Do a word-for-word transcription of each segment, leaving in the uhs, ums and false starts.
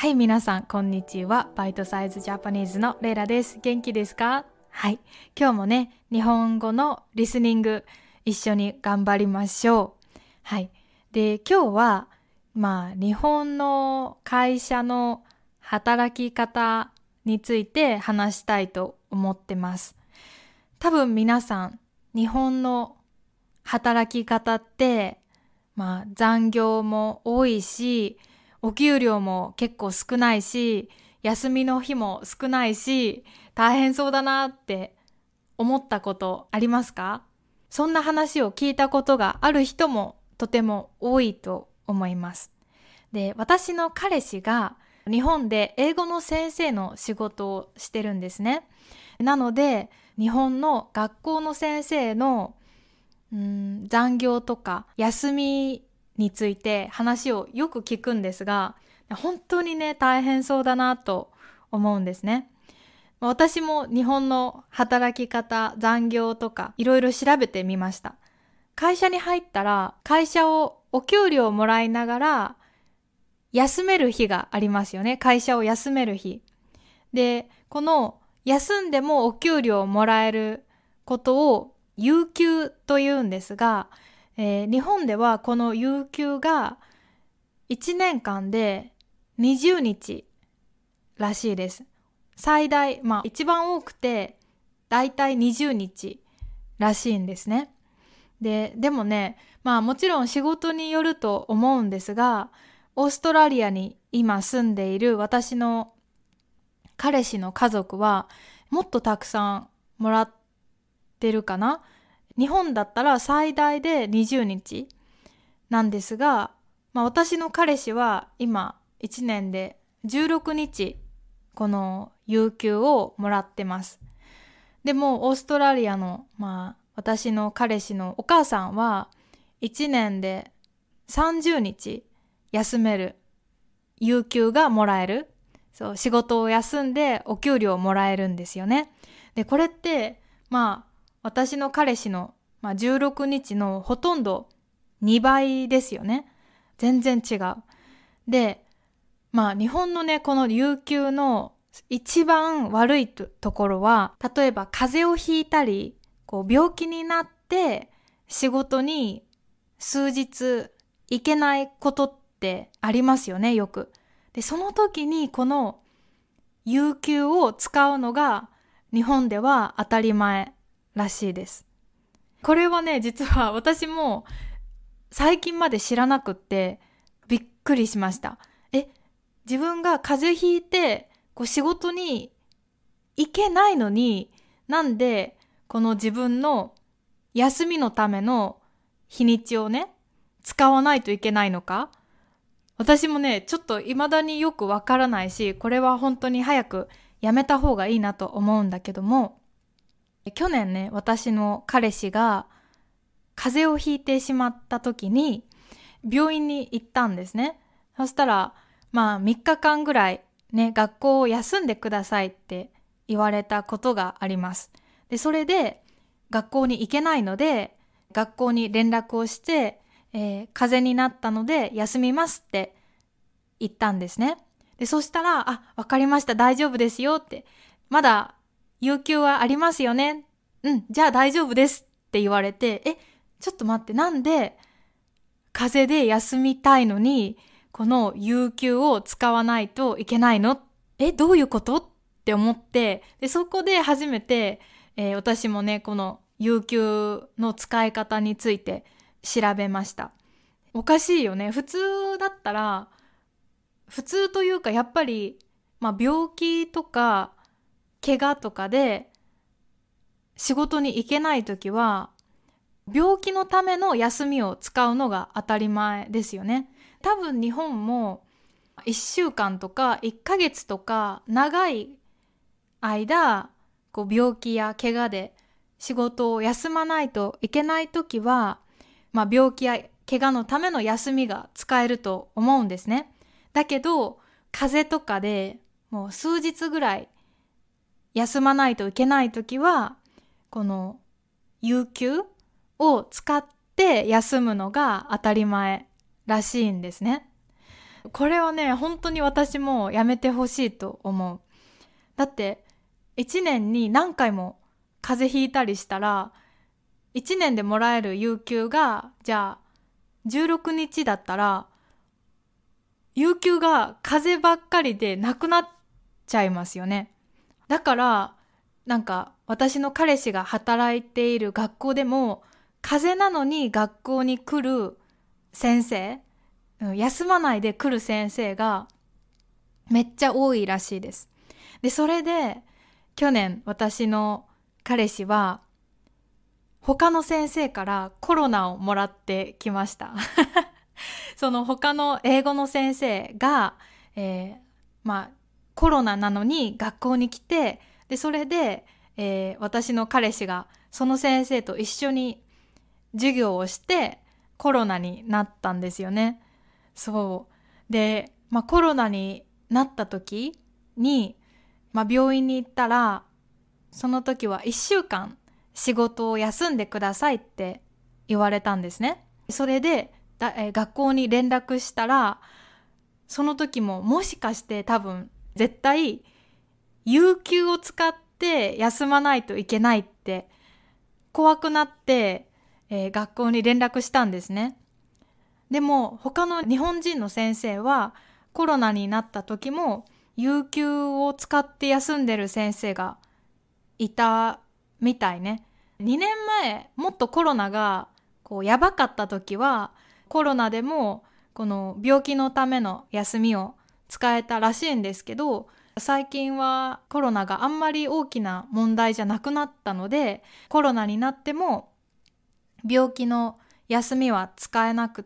はい、皆さんこんにちは。バイトサイズジャパニーズのレイラです。元気ですか？はい、今日もね、日本語のリスニング一緒に頑張りましょう。はい、で今日はまあ日本の会社の働き方について話したいと思ってます。多分皆さん日本の働き方ってまあ残業も多いし、お給料も結構少ないし、休みの日も少ないし、大変そうだなって思ったことありますか？そんな話を聞いたことがある人もとても多いと思います。で、私の彼氏が日本で英語の先生の仕事をしてるんですね。なので、日本の学校の先生のうーん残業とか休みについて話をよく聞くんですが、本当にね大変そうだなと思うんですね。私も日本の働き方、残業とかいろいろ調べてみました。会社に入ったら会社をお給料をもらいながら休める日がありますよね。会社を休める日で、この休んでもお給料をもらえることを有給というんですが、えー、日本ではこの有給がいちねんかんでにじゅうにちらしいです。最大、まあ一番多くてだいたいにじゅうにちらしいんですね。で、でもね、まあもちろん仕事によると思うんですが、オーストラリアに今住んでいる私の彼氏の家族はもっとたくさんもらってるかな。日本だったら最大でにじゅうにちなんですが、まあ、私の彼氏は今いちねんでじゅうろくにちこの有給をもらってます。でもオーストラリアの、まあ、私の彼氏のお母さんはいちねんでさんじゅうにち休める有給がもらえる。そう、仕事を休んでお給料をもらえるんですよね。で、これってまあ私の彼氏の、まあ、じゅうろくにちのほとんどにばいですよね。全然違う。で、まあ日本のね、この有給の一番悪いところは、例えば風邪をひいたり、こう病気になって仕事に数日行けないことってありますよね、よく。で、その時にこの有給を使うのが日本では当たり前らしいです。これはね、実は私も最近まで知らなくってびっくりしました。え、自分が風邪ひいてこう仕事に行けないのに、なんでこの自分の休みのための日にちをね、使わないといけないのか？私もね、ちょっと未だによくわからないし、これは本当に早くやめた方がいいなと思うんだけども、去年ね、私の彼氏が風邪をひいてしまった時に病院に行ったんですね。そしたら、まあみっかかんぐらいね、学校を休んでくださいって言われたことがあります。で、それで学校に行けないので、学校に連絡をして、えー、風邪になったので休みますって言ったんですね。で、そしたら、あ、わかりました、大丈夫ですよって、まだ有給はありますよね。うん、じゃあ大丈夫ですって言われて、え、ちょっと待って、なんで風邪で休みたいのにこの有給を使わないといけないの？え、どういうことって思って、で、そこで初めて、えー、私もね、この有給の使い方について調べました。おかしいよね。普通だったら、普通というかやっぱり、まあ病気とか怪我とかで仕事に行けないときは、病気のための休みを使うのが当たり前ですよね。多分日本もいっしゅうかんとかいっかげつとか長い間、こう病気や怪我で仕事を休まないといけないときは、まあ、病気や怪我のための休みが使えると思うんですね。だけど風邪とかでもう数日ぐらい休まないといけないときは、この有給を使って休むのが当たり前らしいんですね。 これはね、本当に私もやめてほしいと思う。だっていちねんに何回も風邪ひいたりしたら、いちねんでもらえる有給がじゃあじゅうろくにちだったら、有給が風邪ばっかりでなくなっちゃいますよね。だからなんか私の彼氏が働いている学校でも、風邪なのに学校に来る先生、休まないで来る先生がめっちゃ多いらしいです。で、それで去年私の彼氏は他の先生からコロナをもらってきました。その他の英語の先生が、えー、まあコロナなのに学校に来て、でそれで、えー、私の彼氏がその先生と一緒に授業をしてコロナになったんですよね。そうで、まあ、コロナになった時に、まあ、病院に行ったら、その時はいっしゅうかん仕事を休んでくださいって言われたんですね。それでだ、えー、学校に連絡したら、その時ももしかして多分絶対有給を使って休まないといけないって怖くなって、えー、学校に連絡したんですね。でも他の日本人の先生はコロナになった時も有給を使って休んでる先生がいたみたいね。にねんまえもっとコロナがこうやばかった時は、コロナでもこの病気のための休みを使えたらしいんですけど、最近はコロナがあんまり大きな問題じゃなくなったので、コロナになっても病気の休みは使えなくって、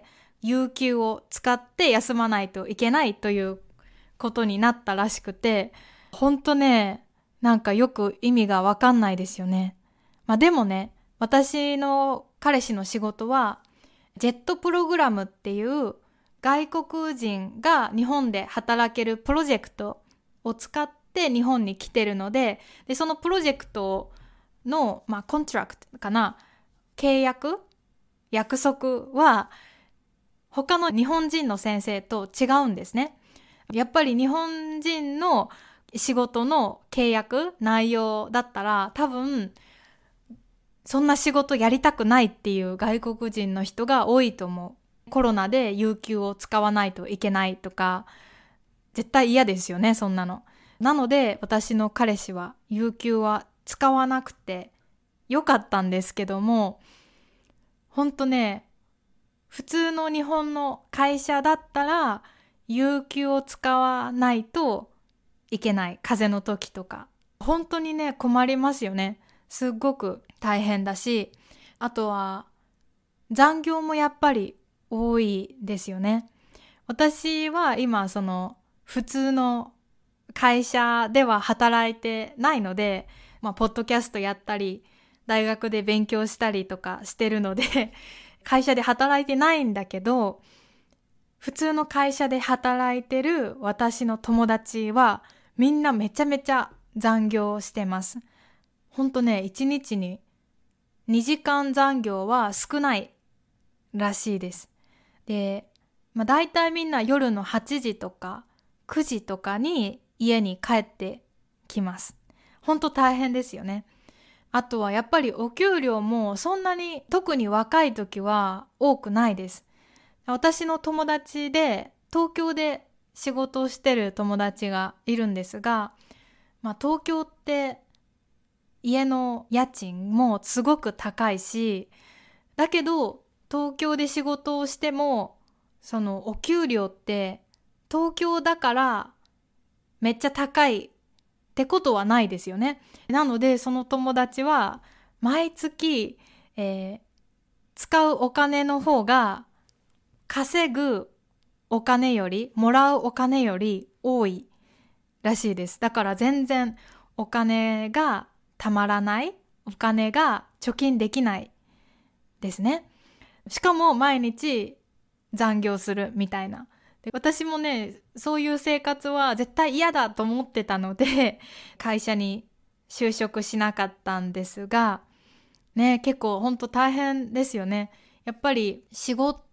有給を使って休まないといけないということになったらしくて、ほんとね、なんかよく意味がわかんないですよね。まあでもね、私の彼氏の仕事はジェットプログラムっていう外国人が日本で働けるプロジェクトを使って日本に来てるので、でそのプロジェクトの、まあ、コントラクトかな、契約約束は他の日本人の先生と違うんですね。やっぱり日本人の仕事の契約内容だったら、多分そんな仕事やりたくないっていう外国人の人が多いと思う。コロナで有給を使わないといけないとか、絶対嫌ですよね、そんなの。なので私の彼氏は有給は使わなくてよかったんですけども、ほんとね、普通の日本の会社だったら有給を使わないといけない。風邪の時とか。本当にね、困りますよね。すっごく大変だし、あとは残業もやっぱり多いですよね。私は今その普通の会社では働いてないので、まあ、ポッドキャストやったり、大学で勉強したりとかしてるので、会社で働いてないんだけど、普通の会社で働いてる私の友達はみんなめちゃめちゃ残業してます。ほんとね、いちにちににじかん残業は少ないらしいです。で、まあ、大体みんな夜のはちじとかくじとかに家に帰ってきます。ほんと大変ですよね。あとはやっぱりお給料もそんなに特に若い時は多くないです。私の友達で東京で仕事をしてる友達がいるんですが、まあ、東京って家の家賃もすごく高いし、だけど東京で仕事をしてもそのお給料って東京だからめっちゃ高いってことはないですよね。なのでその友達は毎月、えー、使うお金の方が稼ぐお金よりもらうお金より多いらしいです。だから全然お金がたまらない、お金が貯金できないですね。しかも毎日残業するみたいな。で、私もね、そういう生活は絶対嫌だと思ってたので会社に就職しなかったんですがね、結構本当大変ですよね。やっぱり仕事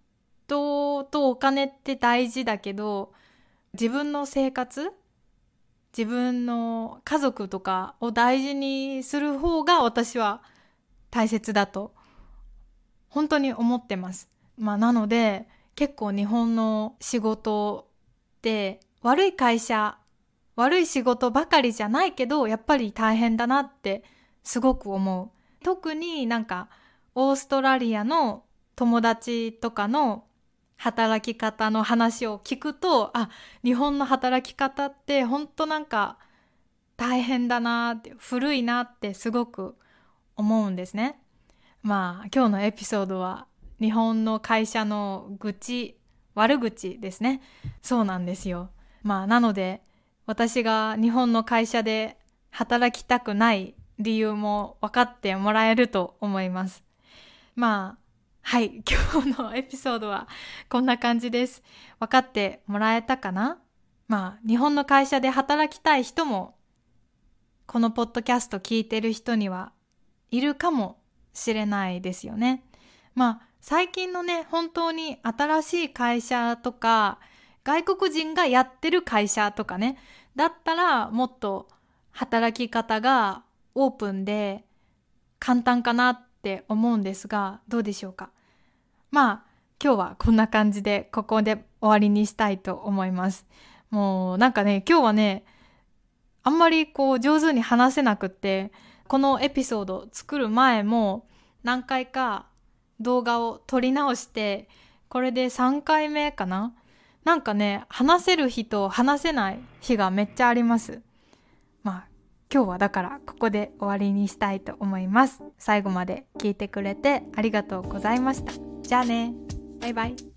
人とお金って大事だけど、自分の生活、自分の家族とかを大事にする方が私は大切だと本当に思ってます。まあなので結構日本の仕事って悪い会社、悪い仕事ばかりじゃないけど、やっぱり大変だなってすごく思う。特になんかオーストラリアの友達とかの働き方の話を聞くと、あ、日本の働き方って本当なんか大変だなって、古いなってすごく思うんですね。まあ今日のエピソードは日本の会社の愚痴、悪口ですね。そうなんですよ。まあなので私が日本の会社で働きたくない理由も分かってもらえると思います。まあはい、今日のエピソードはこんな感じです。分かってもらえたかな？まあ日本の会社で働きたい人もこのポッドキャスト聞いてる人にはいるかもしれないですよね。まあ最近のね、本当に新しい会社とか外国人がやってる会社とかね、だったらもっと働き方がオープンで簡単かなって思うんですが、どうでしょうか。まあ今日はこんな感じでここで終わりにしたいと思います。もうなんかね、今日はね、あんまりこう上手に話せなくって、このエピソード作る前も何回か動画を撮り直して、これでさんかいめかな。なんかね、話せる日と話せない日がめっちゃあります。まあ今日はだからここで終わりにしたいと思います。最後まで聞いてくれてありがとうございました。じゃあね、バイバイ。